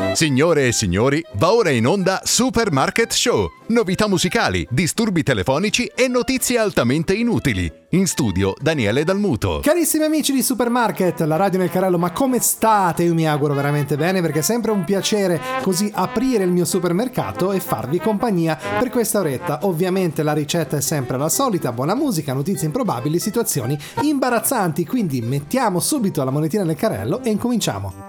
Signore e signori, va ora in onda Supermarket Show. Novità musicali, disturbi telefonici e notizie altamente inutili. In studio Daniele Dalmuto. Carissimi amici di Supermarket, la radio nel carrello, ma come state? Io mi auguro veramente bene, perché è sempre un piacere così aprire il mio supermercato e farvi compagnia per questa oretta. Ovviamente la ricetta è sempre la solita: buona musica, notizie improbabili, situazioni imbarazzanti. Quindi mettiamo subito la monetina nel carrello e incominciamo.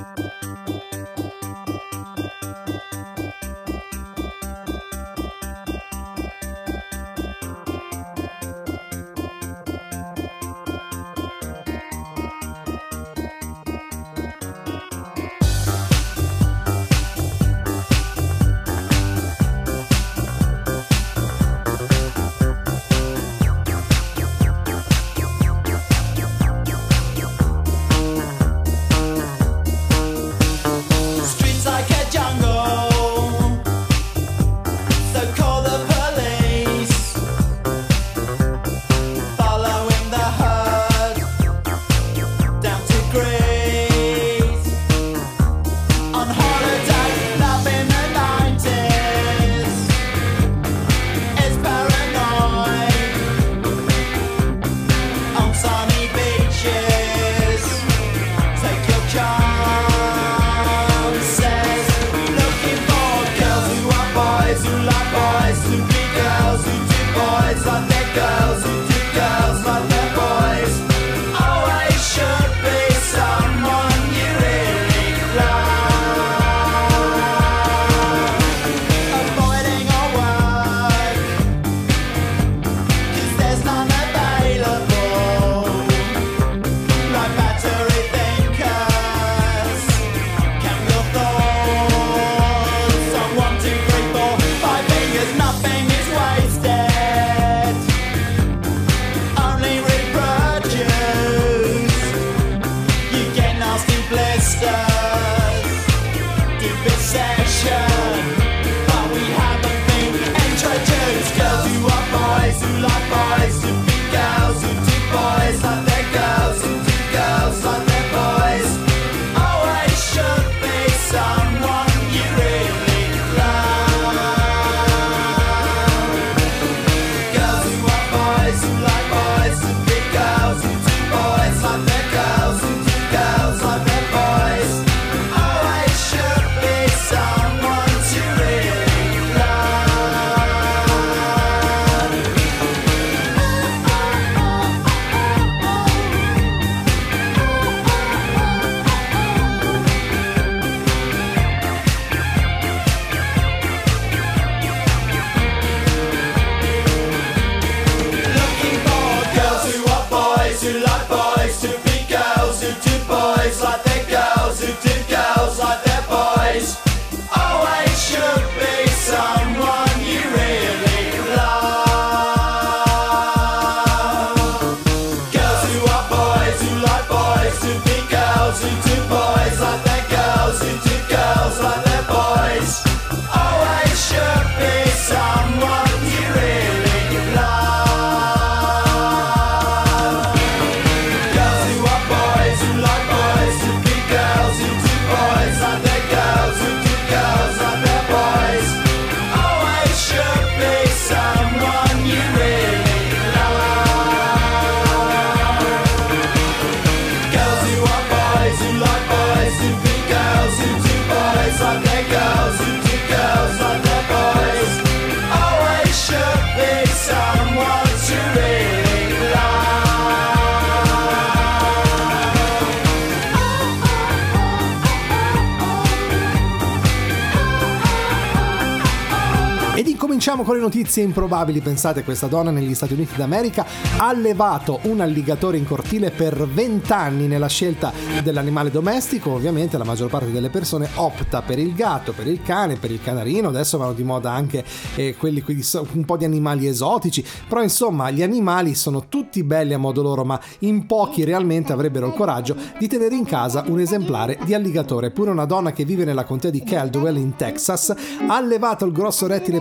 Cominciamo con le notizie improbabili. Pensate, questa donna negli Stati Uniti d'America ha allevato un alligatore in cortile per 20 anni nella scelta dell'animale domestico. Ovviamente la maggior parte delle persone opta per il gatto, per il cane, per il canarino. Adesso vanno di moda anche quelli un po' di animali esotici, però insomma gli animali sono tutti belli a modo loro, ma in pochi realmente avrebbero il coraggio di tenere in casa un esemplare di alligatore. Eppure una donna che vive nella contea di Caldwell in Texas ha allevato il grosso rettile per oltre 20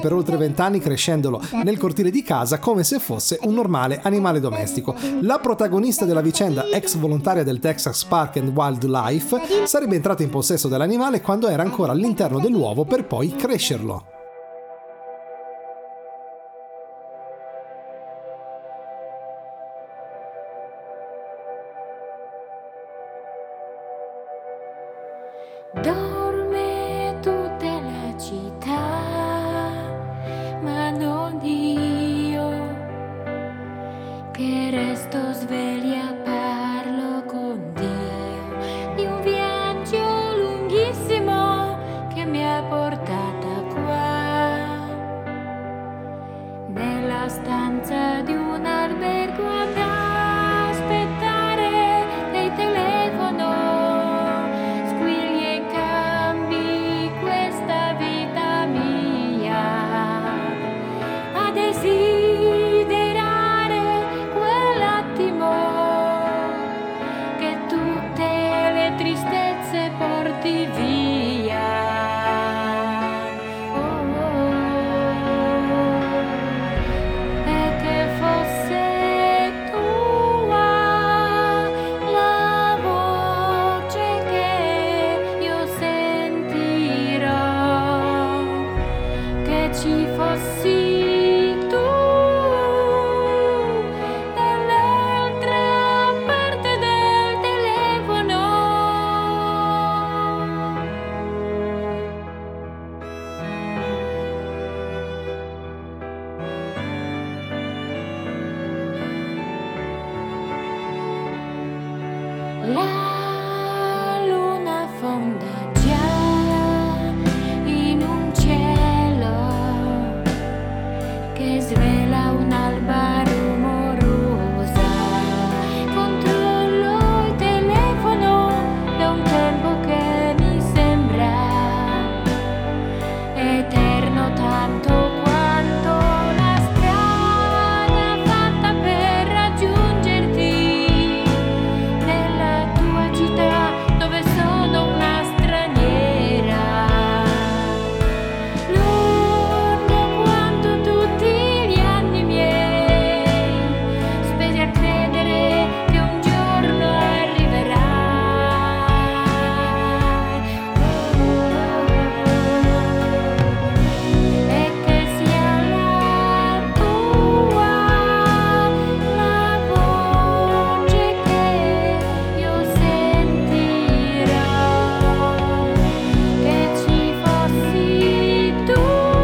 20 anni crescendolo nel cortile di casa come se fosse un normale animale domestico. La protagonista della vicenda, ex volontaria del Texas Park and Wildlife, sarebbe entrata in possesso dell'animale quando era ancora all'interno dell'uovo per poi crescerlo. Dorme tutta la città, ma non io, che resto sveglia, parlo con Dio di un viaggio lunghissimo che mi ha portata qua, nella stanza di un albergo ad aspettare il telefono. Desiderare quell'attimo che tutte le tristezze porti via. E che fosse tua la voce che io sentirò, che ci fossi la luna fonda già in un cielo che svela un'alba rumorosa. Controllo il telefono da un tempo che mi sembra eterno, tanto quanto la strada fatta per raggiungerti nella tua città dove sono una straniera. Lungo quanto tutti gli anni miei spesi a credere che un giorno arriverai. E che sia la tua la voce che io sentirò, che ci fossi tu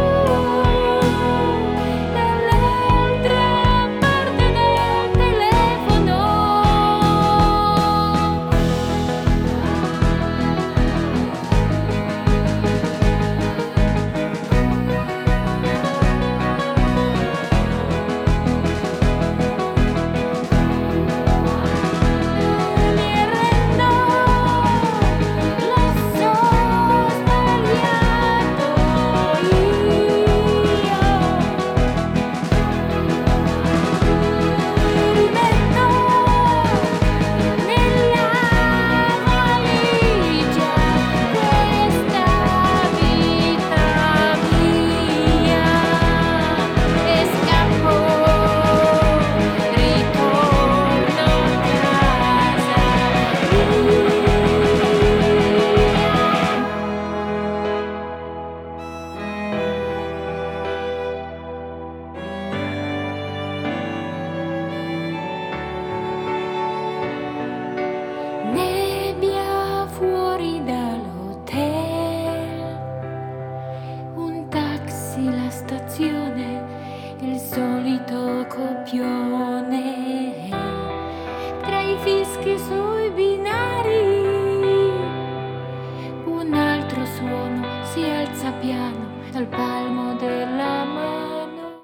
dall'altra parte del telefono. Mi arrendo, lo so, ho sbagliato io. Rimetto nella valigia questa vita mia e scappo, ritorno a casa mia. Nebbia fuori dall'hotel, un taxi, la stazione, il solito copione, tra i fischi sui binari, un altro suono si alza piano dal palmo della mano.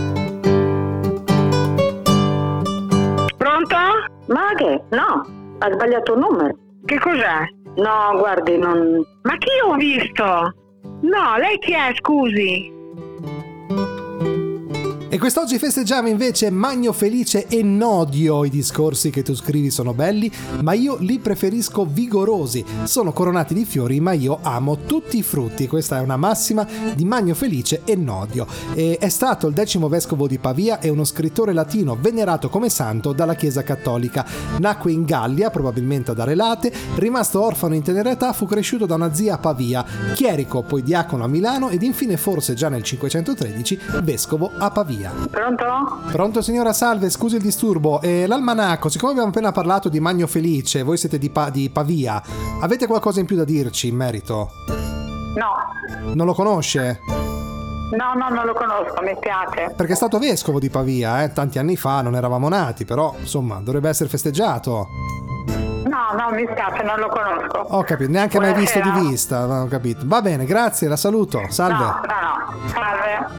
Pronto? Ma che? No, ha sbagliato il numero. Che cos'è? No, guardi, non... Ma chi ho visto? No, lei chi è, scusi? E quest'oggi festeggiamo invece Magno Felice e Nodio. I discorsi che tu scrivi sono belli, ma io li preferisco vigorosi. Sono coronati di fiori, ma io amo tutti i frutti. Questa è una massima di Magno Felice e Nodio. E è stato il 10° vescovo di Pavia e uno scrittore latino venerato come santo dalla Chiesa Cattolica. Nacque in Gallia, probabilmente ad Arelate, rimasto orfano in tenera età, fu cresciuto da una zia a Pavia, chierico, poi diacono a Milano ed infine forse già nel 513 vescovo a Pavia. Pronto? Pronto signora, salve, scusi il disturbo. L'almanacco, siccome abbiamo appena parlato di Magno Felice, voi siete di Pavia, avete qualcosa in più da dirci in merito? No. Non lo conosce? No, non lo conosco, mi spiace. Perché è stato vescovo di Pavia, tanti anni fa, non eravamo nati, però insomma dovrebbe essere festeggiato. No, mi spiace, non lo conosco. Ho capito, neanche mai visto Buonasera. di vista, ho capito. Va bene, grazie, la saluto, salve. No, salve.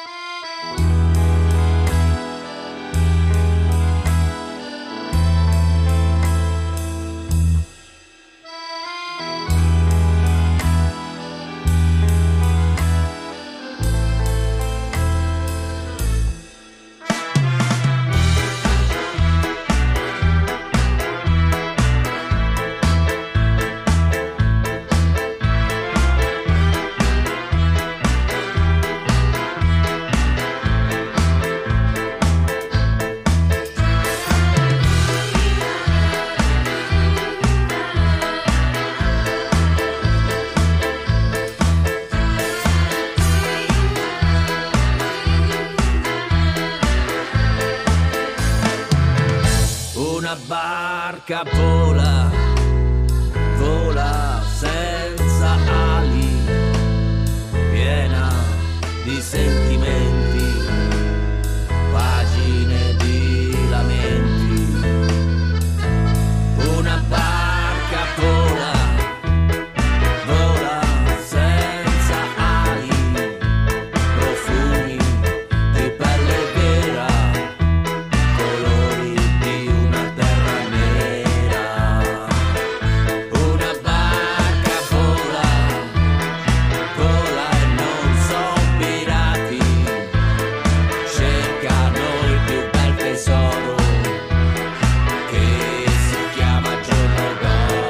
barca vola, vola senza ali, piena di sentimenti, pagine di lamenti. Una barca vola, vola senza ali, profumi di pelle vera, colori di una terra nera. Una barca vola, vola e non son pirati, cercano il più bel tesoro che si chiama giorno dopo.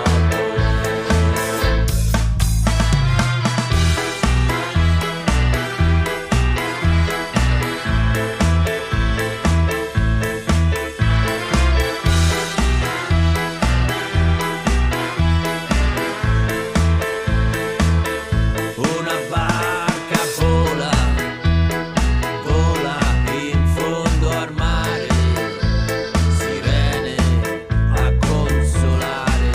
Una barca vola, vola in fondo al mare, sirene a consolare,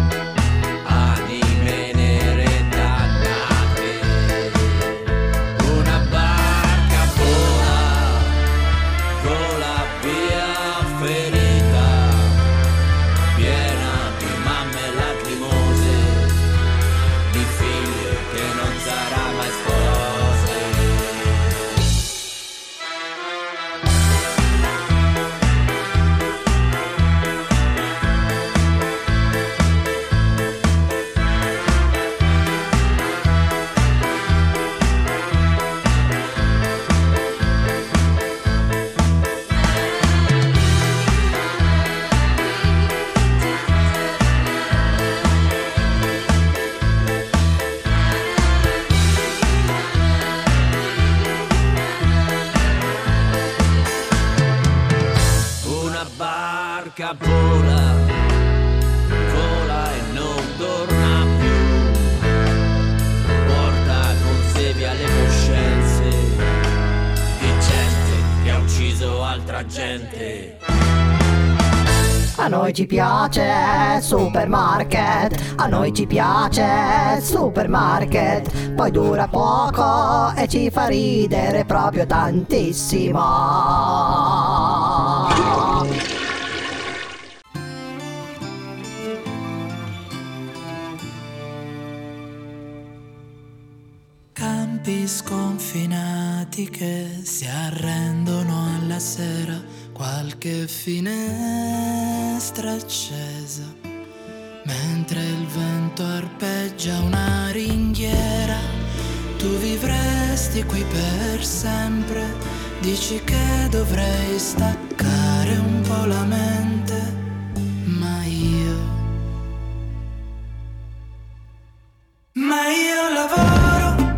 anime nere dannate. Una barca vola, vola via ferita, piena di mamme lacrimose, di figlie che non sarà mai spose. Una barca vola, vola e non torna più, porta con sé via le coscienze di gente che ha ucciso altra gente. A noi ci piace Supermarket, a noi ci piace Supermarket, poi dura poco e ci fa ridere proprio tantissimo. Campi sconfinati che si arrendono alla sera, qualche finestra accesa, mentre il vento arpeggia una ringhiera. Tu vivresti qui per sempre, Dici che dovrei staccare un po' la mente, ma io lavoro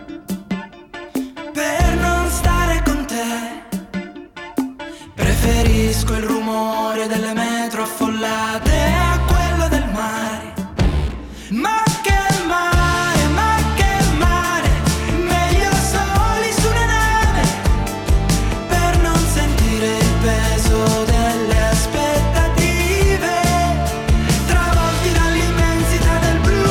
per non stare con te. Preferisco il rumore delle metro affollate a quello del mare. Ma che mare, ma che mare, meglio soli su una nave, per non sentire il peso delle aspettative, travolti dall'immensità del blu.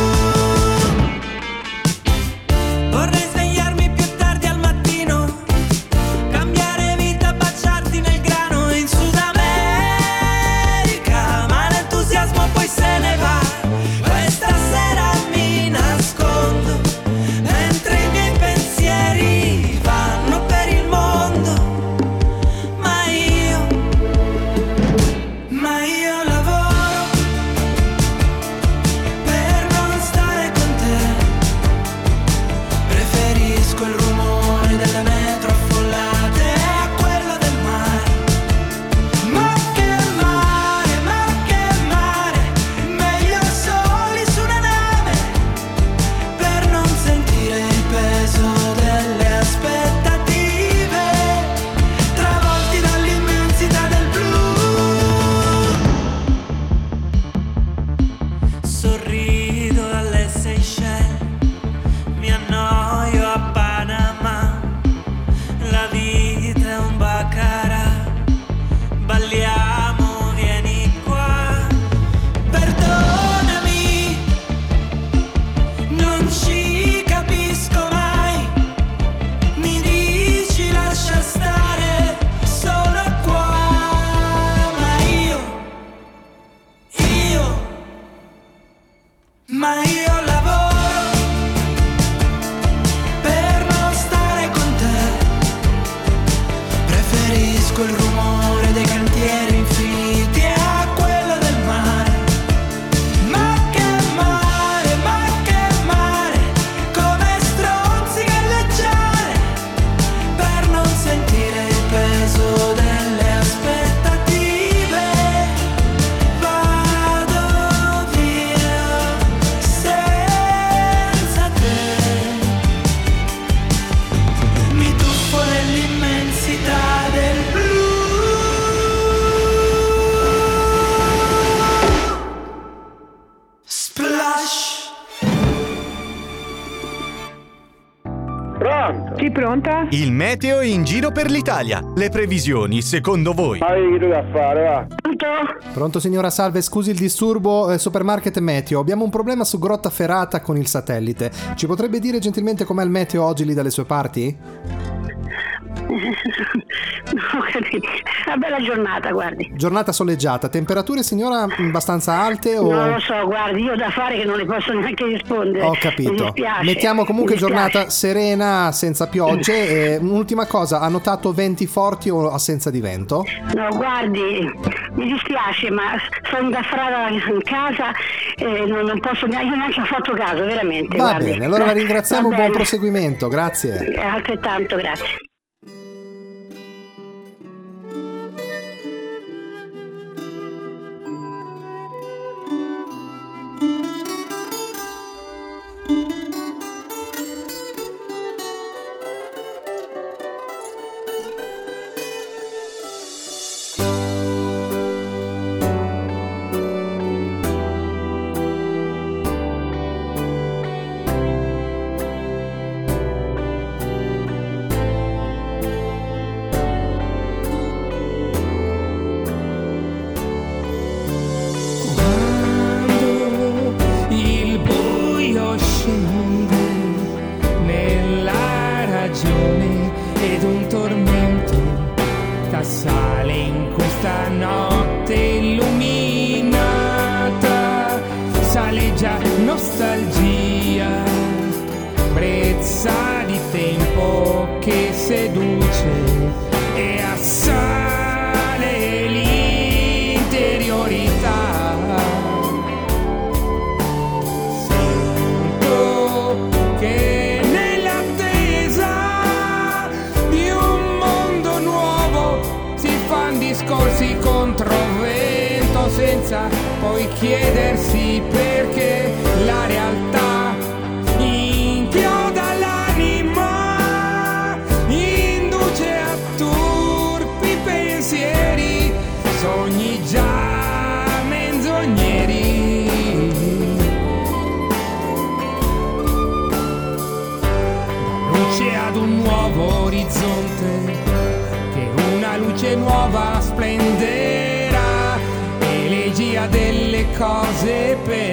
Vorrei svegliarmi più tardi al mattino, cambiare vita, baciarti nel grano in Sud America, ma l'entusiasmo poi se ne va. Questa sera mi nascondo, mentre i miei pensieri vanno per il mondo. Ma io lavoro per non stare con te. Preferisco il rumore delle metro affollate a quello del mare. Ma che mare, meglio soli su una nave, per non sentire il peso delle aspettative, travolti dall'immensità del blu. Sorrido alle Seychelles, mi annoio a Panama, la vita è un baccarat, balliamo, vieni qua. Perdonami, non ci capisco mai, mi dici lascia stare solo qua. Ma io lavoro per non stare con te. Preferisco il rumore dei cantieri infiniti a quello del mare. Ma che mare, come stronzi galleggiare, per non sentire il peso delle aspettative. Vado via senza te, mi tuffo nell'immensità del blu. Splash. Pronto? Sì, pronta? Il meteo in giro per l'Italia. Le previsioni, secondo voi? Ma che devo fare, va? Pronto signora, salve, scusi il disturbo, Supermarket Meteo. Abbiamo un problema su Grottaferrata con il satellite. Ci potrebbe dire gentilmente com'è il meteo oggi lì dalle sue parti? Ho capito. Una bella giornata, guardi. Giornata soleggiata, temperature signora abbastanza alte o... Non lo so, guardi, io ho da fare che non le posso neanche rispondere. Ho capito. Mi dispiace. Mettiamo comunque Mi dispiace. giornata serena, senza piogge. Un'ultima cosa, ha notato venti forti o assenza di vento? No, guardi, mi dispiace, ma sono ingaffrata in casa e non posso neanche ho fatto caso, veramente. Va guardi. bene, allora la ringraziamo, Va buon bene. proseguimento, grazie. Altrettanto, grazie. Il buio scende nella ragione ed un tormento t'assale in questa notte illuminata. Sale già nostalgia, brezza di tempo che seduce e assale l'interiorità. Che nell'attesa di un poi chiedersi perché la realtà inchioda l'anima, induce a turpi pensieri, sogni già menzogneri. Luce ad un nuovo orizzonte, che una luce nuova splenderà, elegia delle cose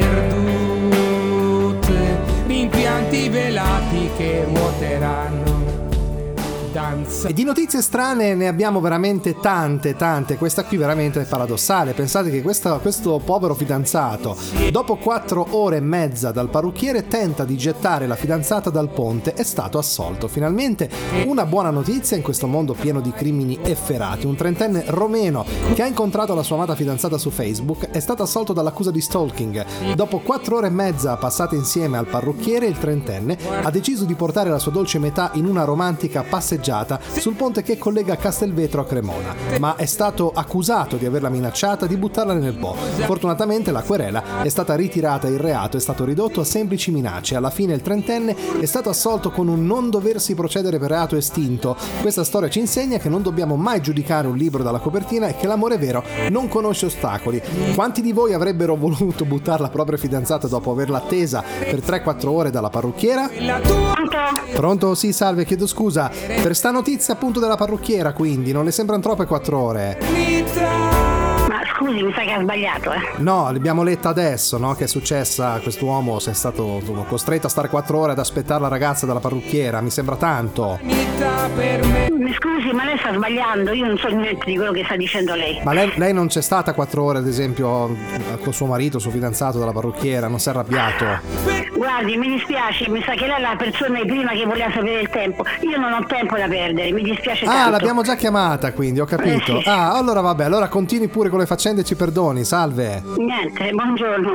perdute, rimpianti velati che ruoteranno. E di notizie strane ne abbiamo veramente tante. Questa qui veramente è paradossale. Pensate che questo povero fidanzato, dopo 4 ore e mezza dal parrucchiere, tenta di gettare la fidanzata dal ponte. È stato assolto. Finalmente una buona notizia in questo mondo pieno di crimini efferati. Un 30enne romeno che ha incontrato la sua amata fidanzata su Facebook è stato assolto dall'accusa di stalking. Dopo 4 ore e mezza passate insieme al parrucchiere, il 30enne ha deciso di portare la sua dolce metà in una romantica passeggiata sul ponte che collega Castelvetro a Cremona, ma è stato accusato di averla minacciata di buttarla nel Po. Fortunatamente la querela è stata ritirata e il reato è stato ridotto a semplici minacce. Alla fine il 30enne è stato assolto con un non doversi procedere per reato estinto. Questa storia ci insegna che non dobbiamo mai giudicare un libro dalla copertina e che l'amore vero non conosce ostacoli. Quanti di voi avrebbero voluto buttare la propria fidanzata dopo averla attesa per 3-4 ore dalla parrucchiera? Pronto? Sì, salve, chiedo scusa. Per sta notizia appunto della parrucchiera, quindi non le sembrano troppe 4 ore? Ma scusi, mi sa che ha sbagliato, No, l'abbiamo letta adesso, no? Che è successa, quest'uomo è stato costretto a stare 4 ore ad aspettare la ragazza dalla parrucchiera, mi sembra tanto. Mi scusi, ma lei sta sbagliando, io non so niente di quello che sta dicendo lei. Ma lei non c'è stata 4 ore, ad esempio, con suo marito, suo fidanzato dalla parrucchiera, non si è arrabbiato? Guardi, mi dispiace, mi sa che lei è la persona prima che voleva sapere il tempo. Io non ho tempo da perdere, mi dispiace tanto. Ah, l'abbiamo già chiamata, quindi, ho capito. Sì. Ah, allora vabbè, allora continui pure con le faccende e ci perdoni, salve. Niente, buongiorno.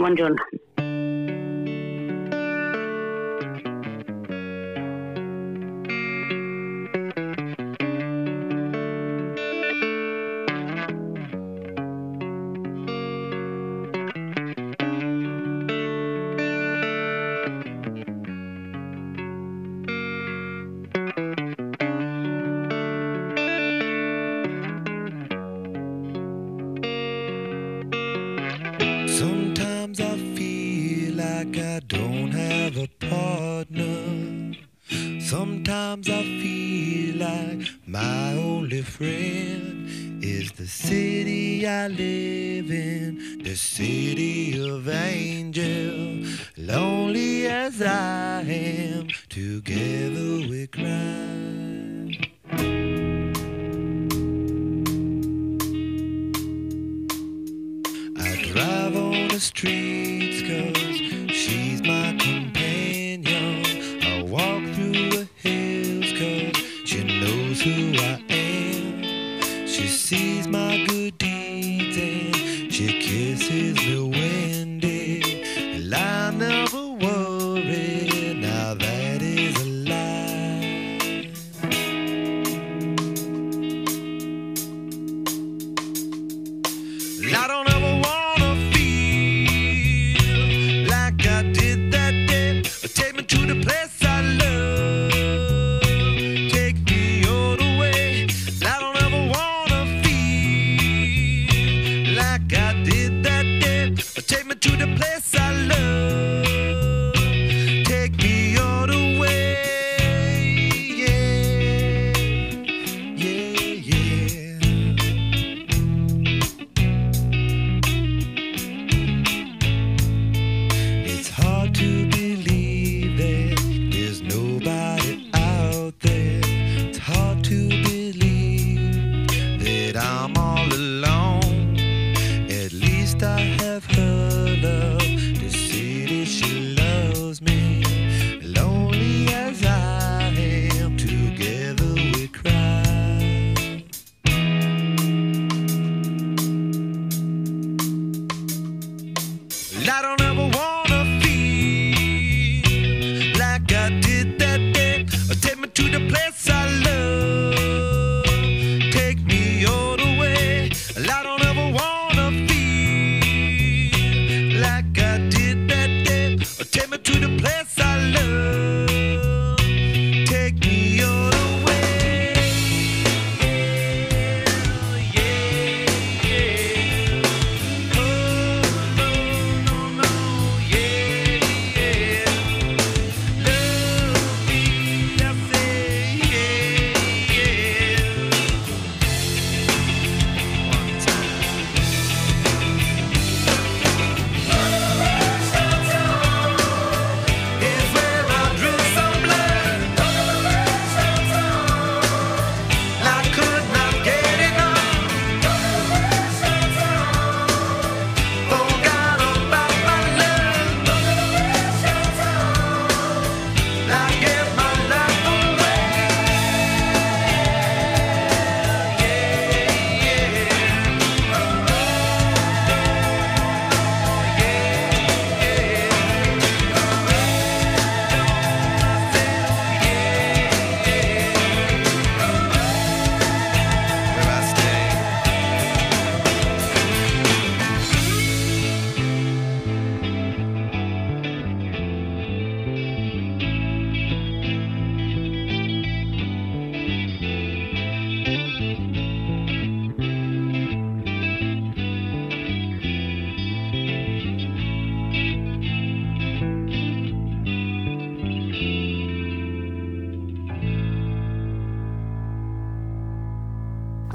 Sometimes I feel like I don't have a partner. Sometimes I feel like my only friend is the city I live in, the city of angels. Lonely as I am, together we cry. Drive on the streets 'cause she's my companion. I walk through the hills 'cause she knows who I am. She sees my good deeds and she kisses me windy. And I never worry, now that is a lie. I don't ever want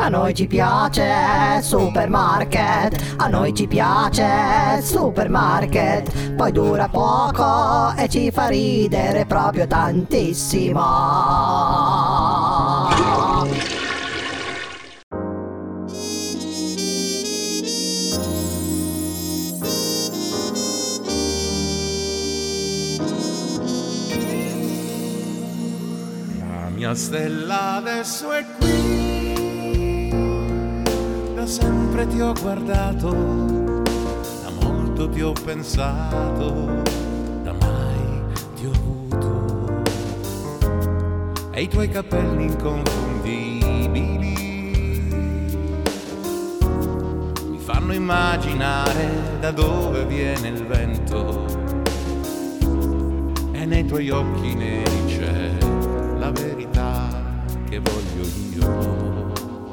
A noi ci piace Supermarket, a noi ci piace Supermarket, poi dura poco e ci fa ridere proprio tantissimo. La mia stella adesso è qui, da sempre ti ho guardato, da molto ti ho pensato, da mai ti ho avuto, e i tuoi capelli inconfondibili mi fanno immaginare da dove viene il vento, e nei tuoi occhi neri c'è la verità che voglio io.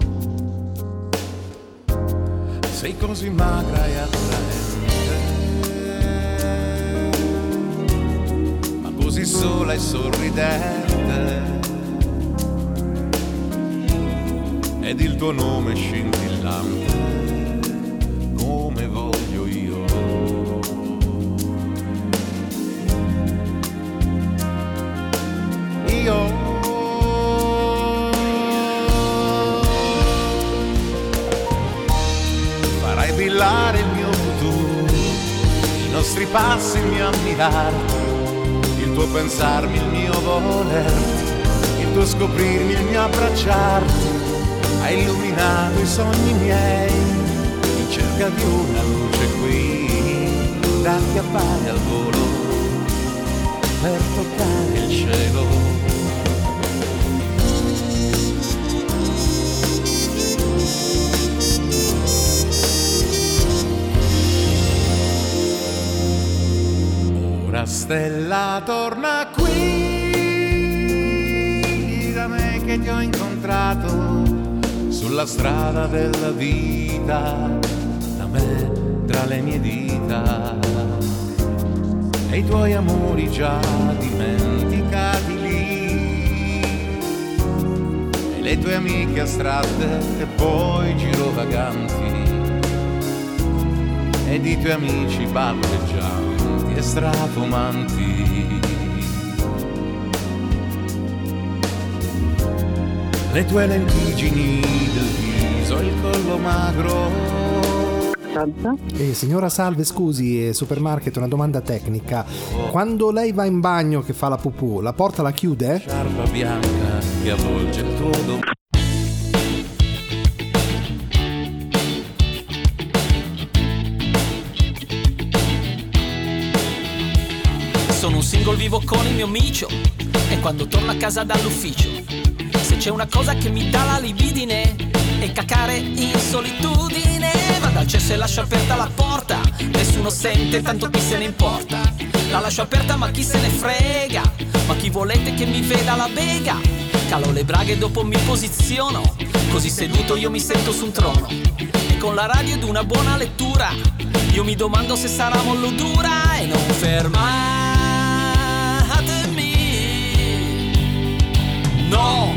Sei così magra e attraente, ma così sola e sorridente, ed il tuo nome scintillante come voglio io. Io farai brillare il mio futuro, i nostri passi, il mio ammirarti, il tuo pensarmi, il mio volerti, il tuo scoprirmi, il mio abbracciarti. Hai illuminato i sogni miei in cerca di una luce qui da acchiappare al volo per toccare il cielo. Ora stella torna qui da me che ti ho incontrato sulla strada della vita, da me tra le mie dita, e i tuoi amori già dimenticati lì, e le tue amiche astratte e poi girovaganti, ed i tuoi amici baveggianti e strafumanti. Le tue lentiggini del viso, il collo magro. Signora salve, scusi, Supermarket, una domanda tecnica. Quando lei va in bagno che fa la pupù, la porta la chiude? Sciarpa bianca che avvolge il tuo domani. Sono un single vivo con il mio micio, e quando torno a casa dall'ufficio, se c'è una cosa che mi dà la libidine, è cacare in solitudine. Vado al cesso e lascio aperta la porta, nessuno sente, tanto chi se ne importa. La lascio aperta ma chi se ne frega, ma chi volete che mi veda la bega. Calo le braghe e dopo mi posiziono, così seduto io mi sento su un trono, e con la radio ed una buona lettura io mi domando se sarà mollo dura. E non fermatemi, no,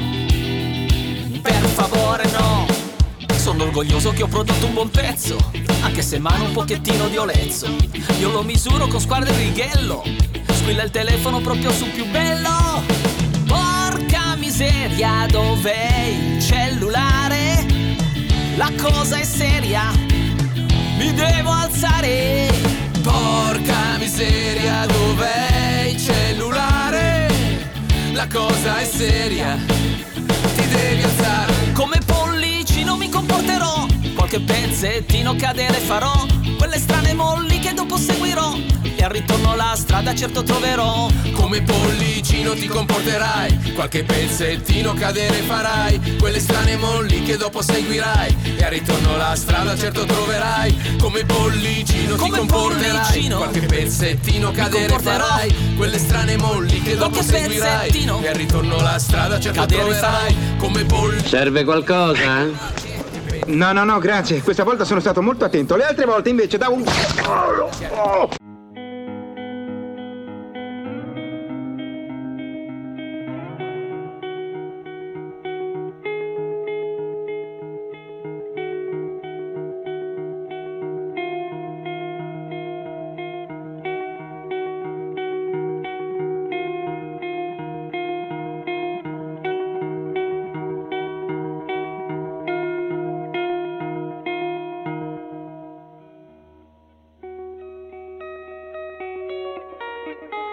per favore no. Sono orgoglioso che ho prodotto un buon pezzo, anche se mano un pochettino di olezzo. Io lo misuro con sguardo e righello, squilla il telefono proprio sul più bello. Porca miseria, dov'è il cellulare? La cosa è seria, mi devo alzare. Porca miseria, dov'è il cellulare? La cosa è seria, ti devi alzare. Come pollicino mi comporterò, qualche pezzettino cadere farò, quelle strane molli che dopo seguirò, e al ritorno la strada certo troverò. Come pollicino ti comporterai, qualche pezzettino cadere farai, quelle strane molli che dopo seguirai, e al ritorno la strada certo troverai. Come pollicino ti comporterai, qualche pezzettino cadere farai, quelle strane molli che dopo seguirai, e al ritorno la strada certo troverai. Come Serve qualcosa? No, grazie. Questa volta sono stato molto attento. Le altre volte invece davo un...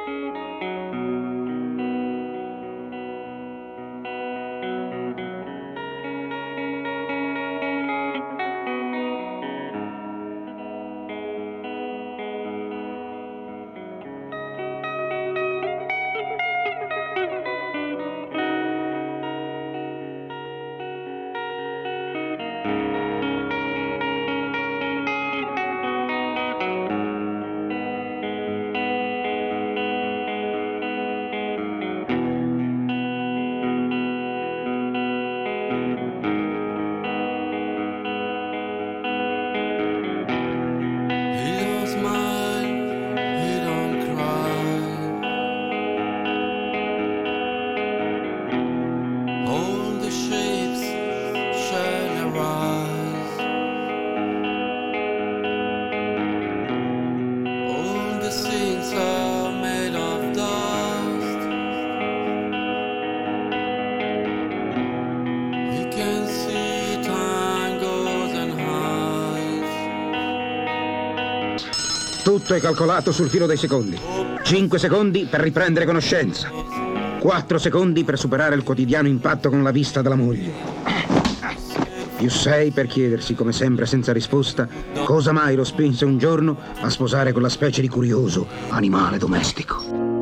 Tutto è calcolato sul filo dei secondi. 5 secondi per riprendere conoscenza. 4 secondi per superare il quotidiano impatto con la vista della moglie. Più 6 per chiedersi, come sempre senza risposta, cosa mai lo spinse un giorno a sposare quella specie di curioso animale domestico.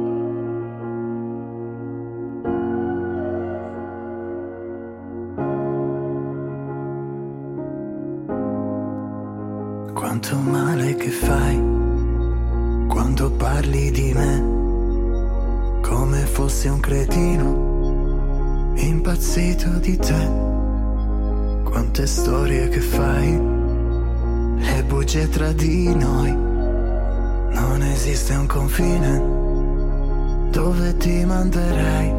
Quanto male che fai quando parli di me, come fossi un cretino impazzito di te. Quante storie che fai, le bugie tra di noi. Non esiste un confine dove ti manderei.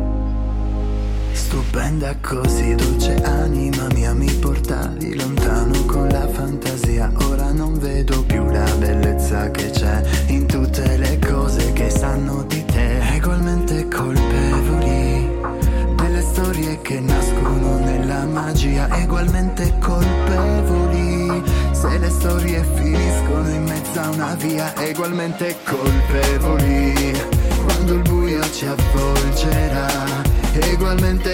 Stupenda così, dolce anima mia, mi portavi lontano con la fantasia. Ora non vedo più la bellezza che c'è in tutte le cose che sanno di te. Ugualmente colpevoli delle storie che nascono nella magia. Ugualmente colpevoli se le storie finiscono in mezzo a una via. Ugualmente colpevoli quando il buio ci avvolgerà. Ugualmente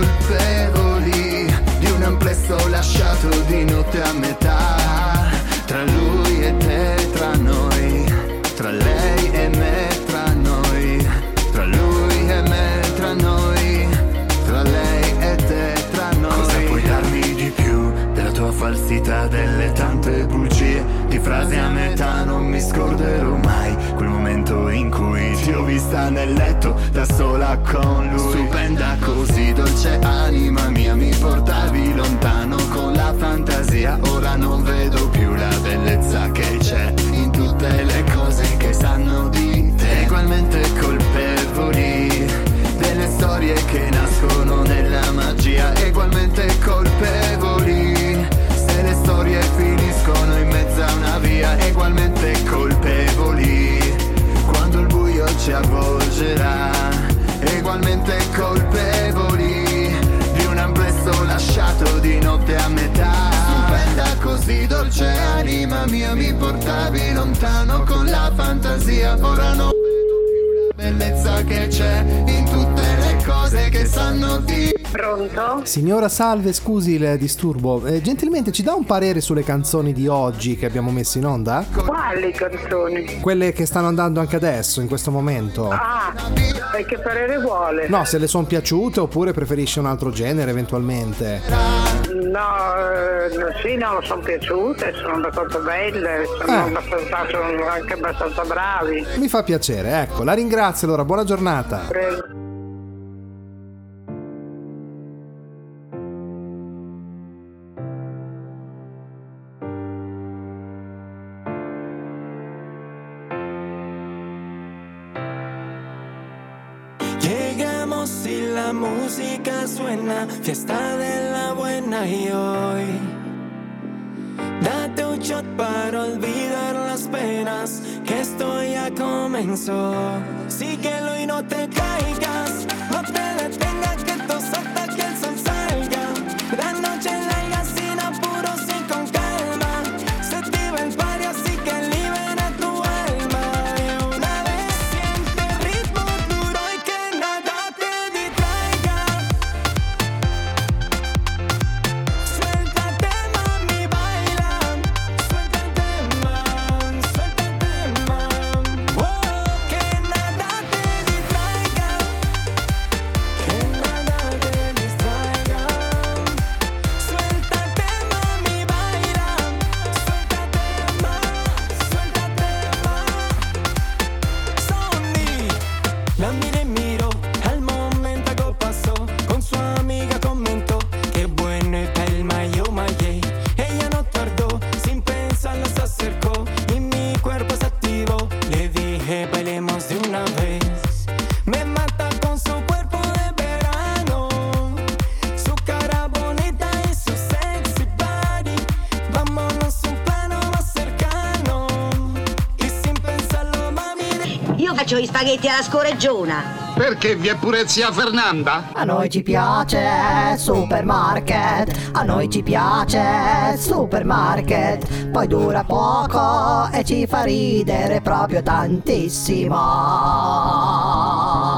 colpevoli di un amplesso lasciato di notte a metà. Tra lui e te, tra noi, tra lei e me, tra noi, tra lui e me, tra noi, tra lei e te, tra noi. Cosa puoi darmi di più della tua falsità, delle tante bugie, di frasi a metà? Non mi scorderò mai quel momento in cui ti ho vista nel letto da sola con lui. Stupenda così, dolce anima mia, mi portavi lontano con la fantasia. Ora non vedo più la bellezza che c'è in tutte le cose che sanno di te. Ugualmente colpevoli delle storie che nascono nella magia. Ugualmente colpevoli se le storie finiscono in mezzo a una via. Ugualmente colpevoli quando il buio ci avvolgerà. Ugualmente colpevoli di un amplesso lasciato di notte a metà. Stupenda così, dolce anima mia, mi portavi lontano con la fantasia. Ora non vedo più la bellezza che c'è in tutte le cose che sanno di. Pronto? Signora, salve, scusi il disturbo. Gentilmente ci dà un parere sulle canzoni di oggi che abbiamo messo in onda? Quali canzoni? Quelle che stanno andando anche adesso, in questo momento. Ah, e che parere vuole? No, se le sono piaciute oppure preferisce un altro genere eventualmente. No, sì, no, sono piaciute, sono d'accordo belle, sono anche abbastanza bravi. Mi fa piacere, ecco, la ringrazio allora, buona giornata. Prego. Llegamos y la música suena, fiesta de la buena y hoy date un shot para olvidar las penas, que esto ya comenzó. Síguelo y no te caigas, no te detengas, que esto es hasta que el sol salga. La noche larga sin apuros y con calma, se activa el party así que libera tu alma. Y una vez siente el ritmo gli spaghetti alla scoreggiona. Perché vi è pure zia Fernanda? A noi ci piace Supermarket, a noi ci piace Supermarket, poi dura poco e ci fa ridere proprio tantissimo.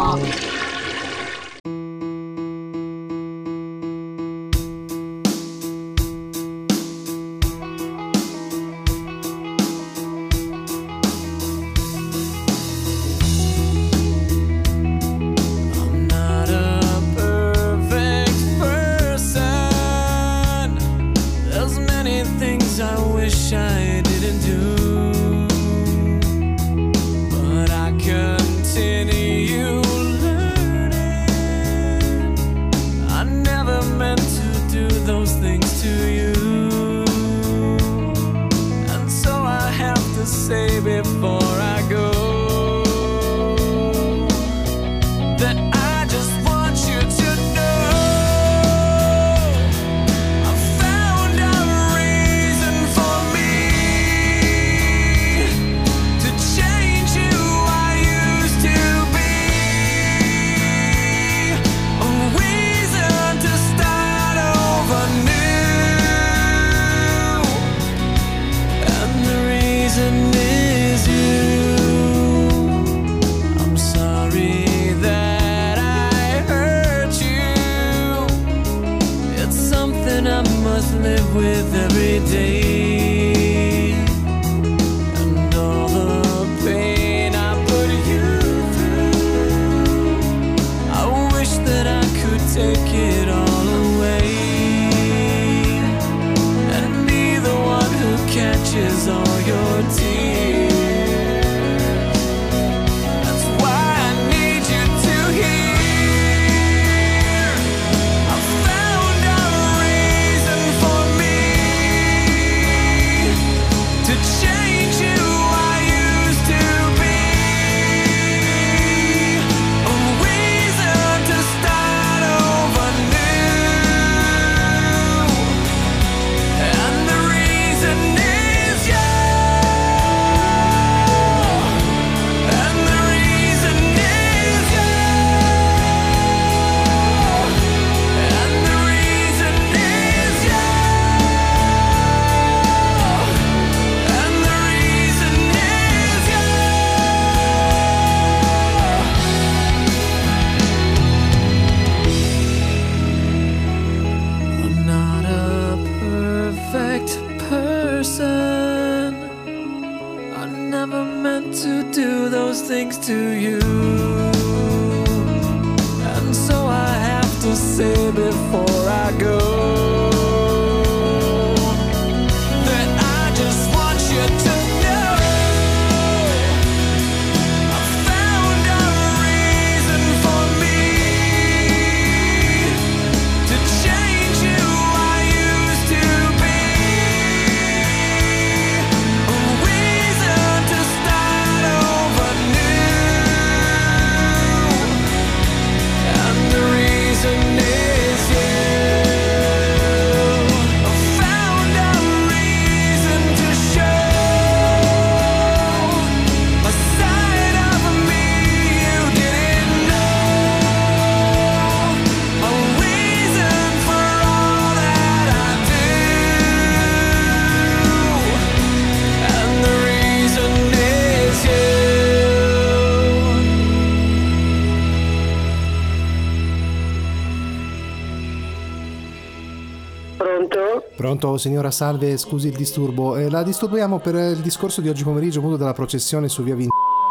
Pronto, signora, salve, scusi il disturbo. La disturbiamo per il discorso di oggi pomeriggio, appunto, della processione su via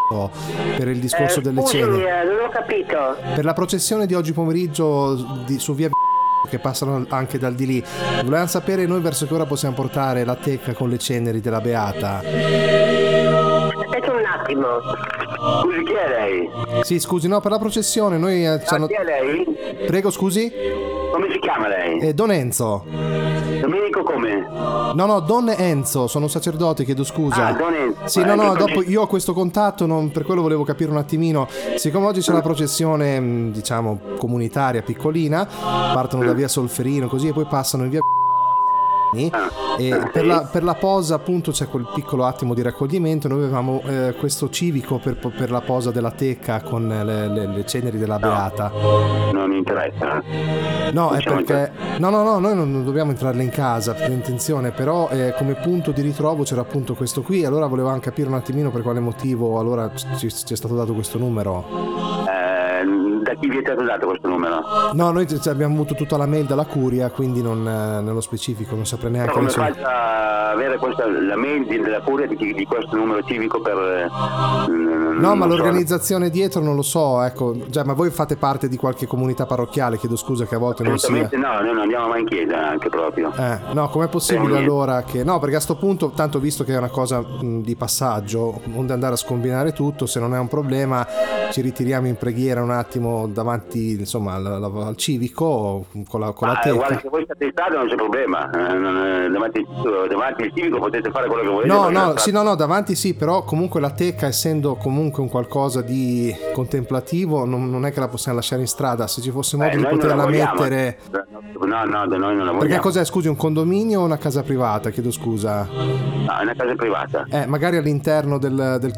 per il discorso delle scusami, cene. non ho capito. Per la processione di oggi pomeriggio su via che passano anche dal di lì. Volevamo sapere noi verso che ora possiamo portare la teca con le ceneri della Beata. Aspetta un attimo. Scusi, chi è lei? Sì, scusi, no, per la processione noi... Chi è lei? Prego, scusi? Come si chiama lei? Don Enzo. Domenico come? No, Don Enzo, sono un sacerdote, chiedo scusa. Ah, Don Enzo. Sì, no, dopo io ho questo contatto, per quello volevo capire un attimino. Siccome oggi c'è la processione, diciamo, comunitaria, piccolina, partono da via Solferino, così, e poi passano in via e per la posa appunto c'è quel piccolo attimo di raccoglimento. Noi avevamo questo civico per la posa della teca con le ceneri della Beata. Non interessa. No, è perché no, noi non dobbiamo entrarle in casa per intenzione, però come punto di ritrovo c'era appunto questo qui. Allora volevo anche capire un attimino per quale motivo allora ci è stato dato questo numero. Da chi vi è stato dato questo numero? No, noi abbiamo avuto tutta la mail dalla curia, quindi non nello specifico non saprei neanche. Come fai a avere la mail della curia di questo numero civico per no, ma l'organizzazione dietro non lo so, ecco. Già, ma voi fate parte di qualche comunità parrocchiale? Chiedo scusa che a volte non sia. No, noi non andiamo mai in chiesa anche proprio. No, com'è possibile allora che no, perché a sto punto, tanto visto che è una cosa di passaggio, onde andare a scombinare tutto, se non è un problema ci ritiriamo in preghiera un attimo davanti, insomma, al civico con la teca. Guarda, se voi state in strada non c'è problema, davanti al civico potete fare quello che volete. No, davanti sì, però comunque la teca, essendo comunque un qualcosa di contemplativo, non è che la possiamo lasciare in strada. Se ci fosse modo di poterla mettere. No, da noi non la vogliamo. Perché cos'è, scusi, un condominio o una casa privata? Chiedo scusa. No, è una casa privata. Magari all'interno del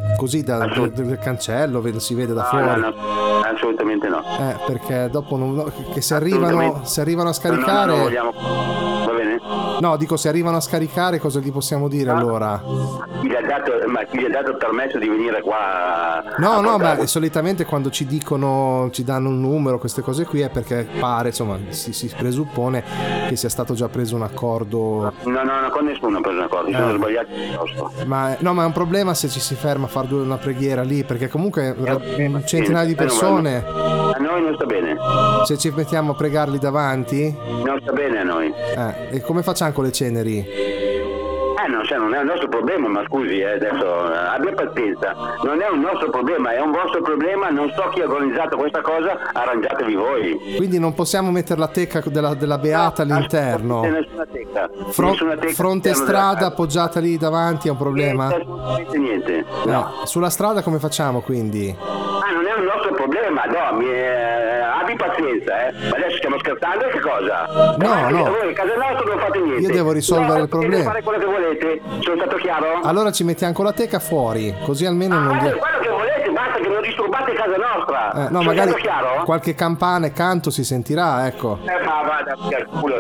cancello si vede da fuori. No, assolutamente no. Perché dopo che se arrivano a scaricare. No, vogliamo. Va bene? No, dico, se arrivano a scaricare cosa gli possiamo dire allora? Chi gli ha dato il permesso di venire qua? No, ma solitamente quando ci danno un numero, queste cose qui, è perché pare, insomma, si presuppone che sia stato già preso un accordo. No, con nessuno ha preso un accordo, sono sbagliati piuttosto. Ma è un problema se ci si ferma a fare una preghiera lì, perché comunque un centinaio di persone. A noi non sta bene. Se ci mettiamo a pregarli davanti? Non sta bene a noi. E come facciamo con le ceneri? Non è un nostro problema, ma scusi, adesso abbia pazienza, non è un nostro problema, è un vostro problema, non so chi ha organizzato questa cosa, arrangiatevi voi. Quindi non possiamo mettere la teca della Beata all'interno? Nessuna teca. Fronte strada appoggiata lì davanti è un problema? Assolutamente niente. Sulla strada come facciamo quindi? Non è un nostro problema, abbi pazienza, ma adesso stiamo scherzando, che cosa? No. Voi in casa nostra non fate niente. Io devo risolvere il problema. Fare quello che volete, sono stato chiaro? Allora ci mettiamo con la teca fuori, così almeno non quello che volete, basta che non disturbate casa nostra. No, magari chiaro? Qualche campana e canto si sentirà, ecco. Ma vada al culo.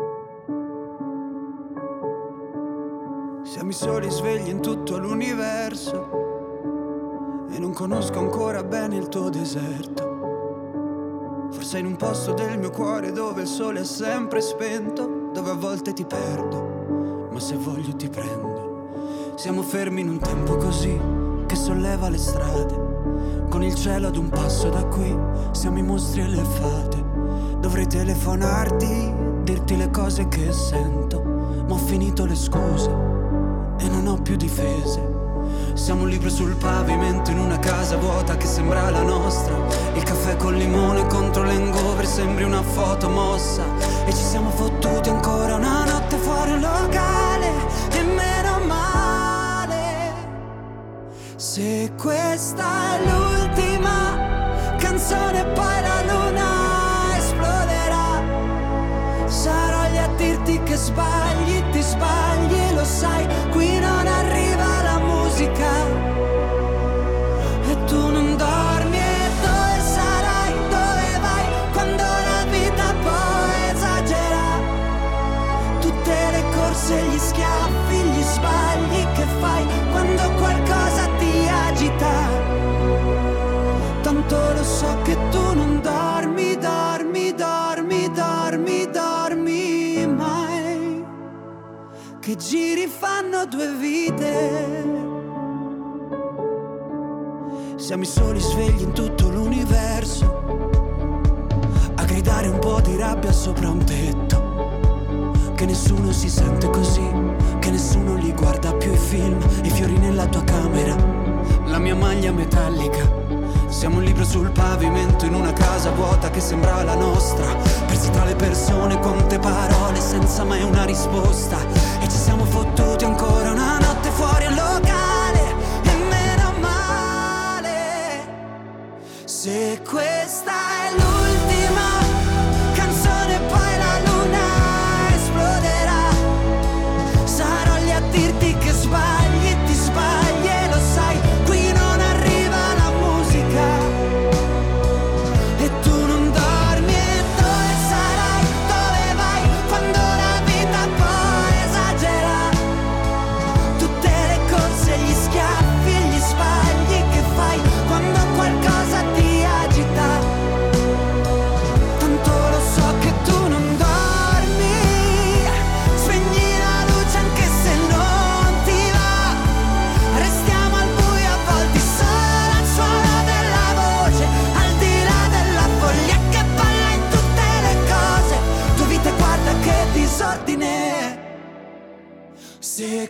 Siamo i soli svegli in tutto l'universo e non conosco ancora bene il tuo deserto. Forse in un posto del mio cuore dove il sole è sempre spento, dove a volte ti perdo, ma se voglio ti prendo. Siamo fermi in un tempo così che solleva le strade, con il cielo ad un passo da qui, siamo i mostri e le fate. Dovrei telefonarti, dirti le cose che sento, ma ho finito le scuse e non ho più difese. Siamo un libro sul pavimento in una casa vuota che sembra la nostra. Il caffè col limone contro l'hangover sembri una foto mossa. E ci siamo fottuti ancora una notte fuori un locale, e meno male. Se questa è l'ultima canzone poi la luna esploderà. Sarò lì a dirti che sbagli, ti sbagli e lo sai. Qui non arriva la musica e tu non dormi. E dove sarai, dove vai quando la vita poi esagera? Tutte le corse, gli schiaffi, gli sbagli che fai quando qualcosa ti agita. Tanto lo so che tu non dormi, dormi, dormi, dormi, dormi mai. Che giri fanno due vite. Siamo i soli svegli in tutto l'universo, a gridare un po' di rabbia sopra un tetto. Che nessuno si sente così, che nessuno li guarda più i film. I fiori nella tua camera, la mia maglia metallica. Siamo un libro sul pavimento in una casa vuota che sembra la nostra. Persi tra le persone, quante parole senza mai una risposta. E ci siamo fottuti ancora una notte fuori al locale, e meno male. Se questa è l'ultima canzone poi la luna esploderà.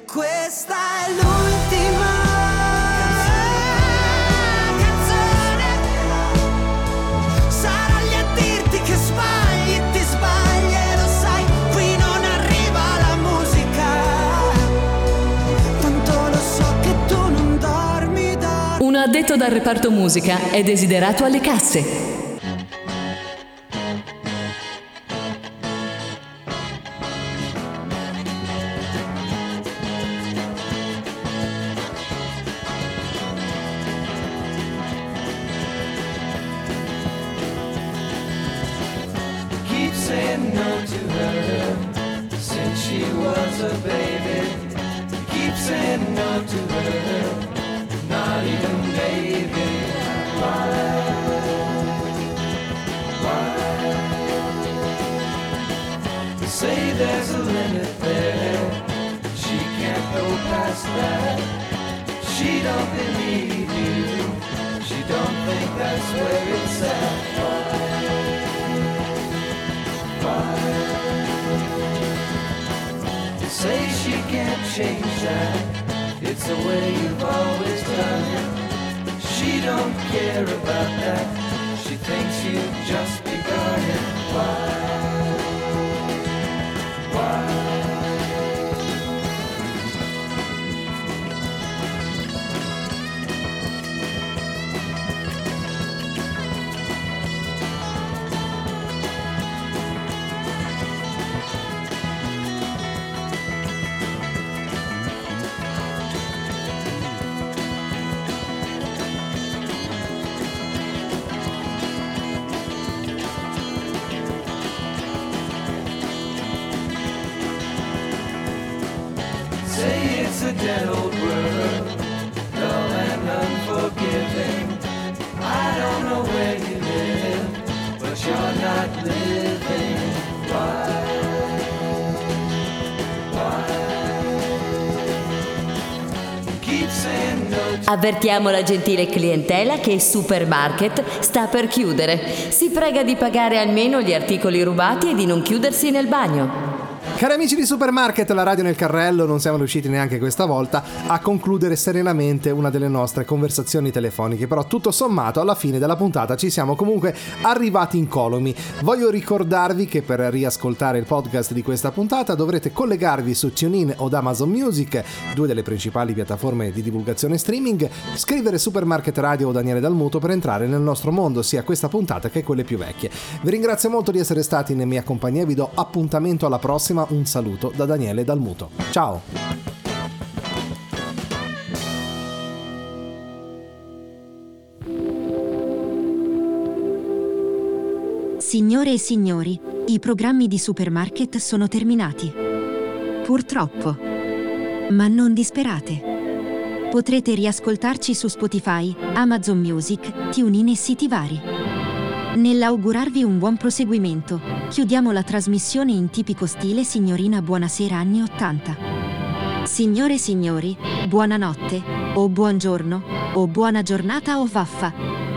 Questa è l'ultima canzone. Sarò lì a dirti che sbagli, ti sbagli e lo sai, qui non arriva la musica. Tanto lo so che tu non dormi da... Un addetto dal reparto musica è desiderato alle casse. Saying no to her since she was a baby. Keep saying no to her, not even baby. Why? Say there's a limit there, she can't go past that. She don't believe you, she don't think that's where it's at. Say she can't change that, it's the way you've always done it. She don't care about that, she thinks you've just begun it. Why? It's a dead old world, dull and unforgiving. I don't know where you live, but you're not living. Keep saying no. Avvertiamo la gentile clientela che Supermarket sta per chiudere. Si prega di pagare almeno gli articoli rubati e di non chiudersi nel bagno. Cari amici di Supermarket, la radio nel carrello, non siamo riusciti neanche questa volta a concludere serenamente una delle nostre conversazioni telefoniche, però tutto sommato alla fine della puntata ci siamo comunque arrivati incolumi. Voglio ricordarvi che per riascoltare il podcast di questa puntata dovrete collegarvi su TuneIn o Amazon Music, due delle principali piattaforme di divulgazione streaming, scrivere Supermarket Radio o Daniele Dal Muto per entrare nel nostro mondo, sia questa puntata che quelle più vecchie. Vi ringrazio molto di essere stati in mia compagnia e vi do appuntamento alla prossima. Un saluto da Daniele Dal Muto. Ciao! Signore e signori, i programmi di Supermarket sono terminati. Purtroppo. Ma non disperate. Potrete riascoltarci su Spotify, Amazon Music, TuneIn e siti vari. Nell'augurarvi un buon proseguimento, chiudiamo la trasmissione in tipico stile signorina buonasera anni 80. Signore e signori, buonanotte, o buongiorno, o buona giornata o vaffa.